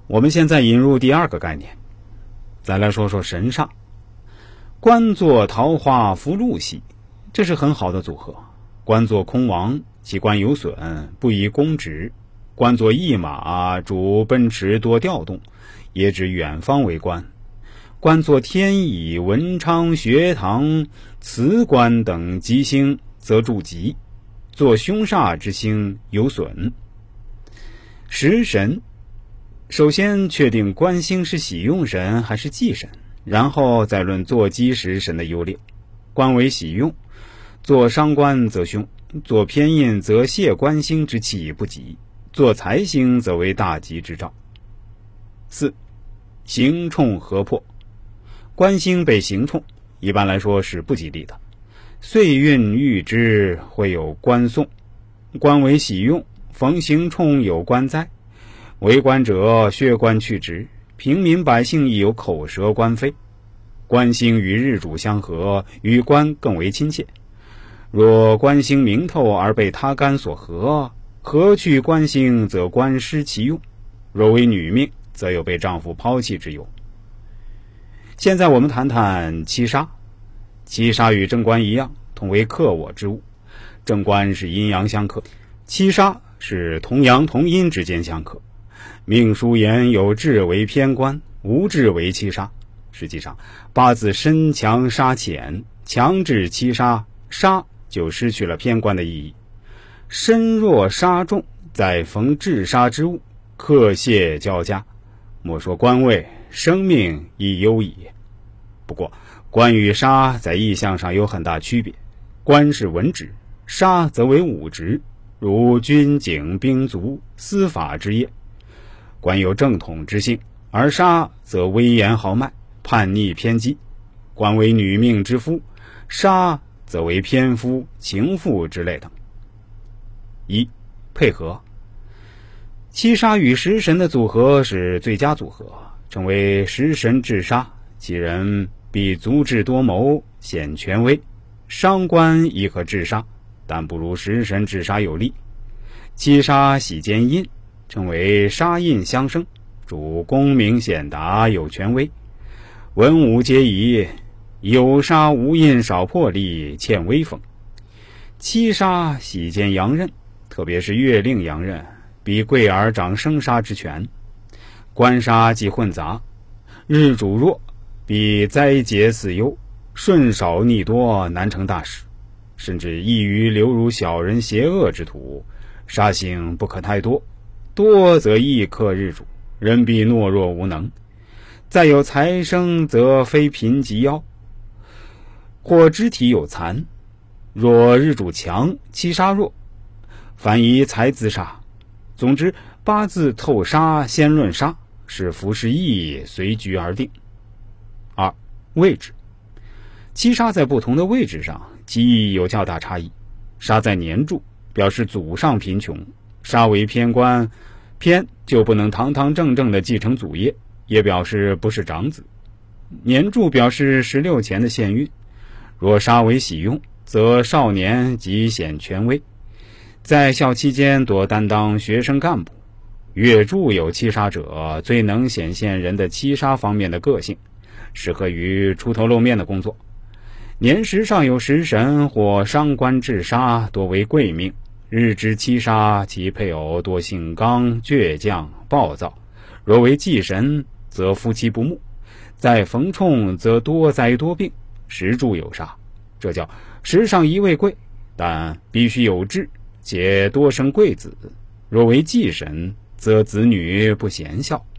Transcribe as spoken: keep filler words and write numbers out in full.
我们现在引入第二个概念，再来说说神煞。官做桃花福禄喜，这是很好的组合。官做空亡，其官有损，不宜公职；官做驿马，主奔驰多调动，也指远方为官。官做天乙、文昌、学堂、辞官等吉星，则助吉；做凶煞之星有损。食神，首先确定官星是喜用神还是忌神，然后再论坐基食神的优劣。官为喜用，做伤官则凶，做偏印则泄官星之气不及，做财星则为大吉之兆。四、刑冲合破。官星被刑冲，一般来说是不吉利的。岁运遇之，会有官送。官为喜用，逢刑冲有官灾。为官者削官去职，平民百姓亦有口舌官非。官星与日主相合，与官更为亲切。若官星明透而被他干所合，合去官星，则官失其用。若为女命，则有被丈夫抛弃之忧。现在我们谈谈七杀。七杀与正官一样，同为克我之物。正官是阴阳相克，七杀是同阳同阴之间相克。命书言有志为偏官，无志为七杀。实际上八字身强杀浅，强制七杀，杀就失去了偏官的意义。身弱杀重，再逢治杀之物，克泄交加，莫说官位，生命亦忧矣。不过官与杀在意象上有很大区别，官是文职，杀则为武职，如军警兵卒、司法之业。官有正统之性，而杀则威严豪迈，叛逆偏激。官为女命之夫，杀则为偏夫、情妇之类等。一、配合。七杀与食神的组合是最佳组合，称为食神制杀，其人必足智多谋，显权威。伤官亦可制杀，但不如食神制杀有力。七杀喜兼印，称为杀印相生，主功名显达，有权威。文武皆宜，有杀无印，少魄力，欠威风。七杀喜兼阳刃，特别是月令阳刃，比贵儿掌生杀之权。官杀即混杂，日主弱，比灾劫四忧，顺少逆多，难成大事，甚至易于流入小人邪恶之途。杀星不可太多，多则易克日主，人必懦弱无能。再有财生，则非贫即夭，或肢体有残。若日主强，七杀弱，反以财自杀。总之，八字透杀先论杀，是服饰意随局而定。二、位置。七杀在不同的位置上，其意有较大差异。杀在年柱，表示祖上贫穷；杀为偏官，偏就不能堂堂正正地继承祖业，也表示不是长子。年柱表示十六前的限运，若杀为喜用，则少年即显权威，在校期间多担当学生干部。月柱有七杀者，最能显现人的七杀方面的个性，适合于出头露面的工作。年时上有食神或伤官制杀，多为贵命。日之七杀，其配偶多性刚、倔强、暴躁。若为忌神，则夫妻不睦。在逢冲，则多灾多病。时柱有杀，这叫时上一位贵，但必须有志，且多生贵子。若为忌神，则子女不贤孝。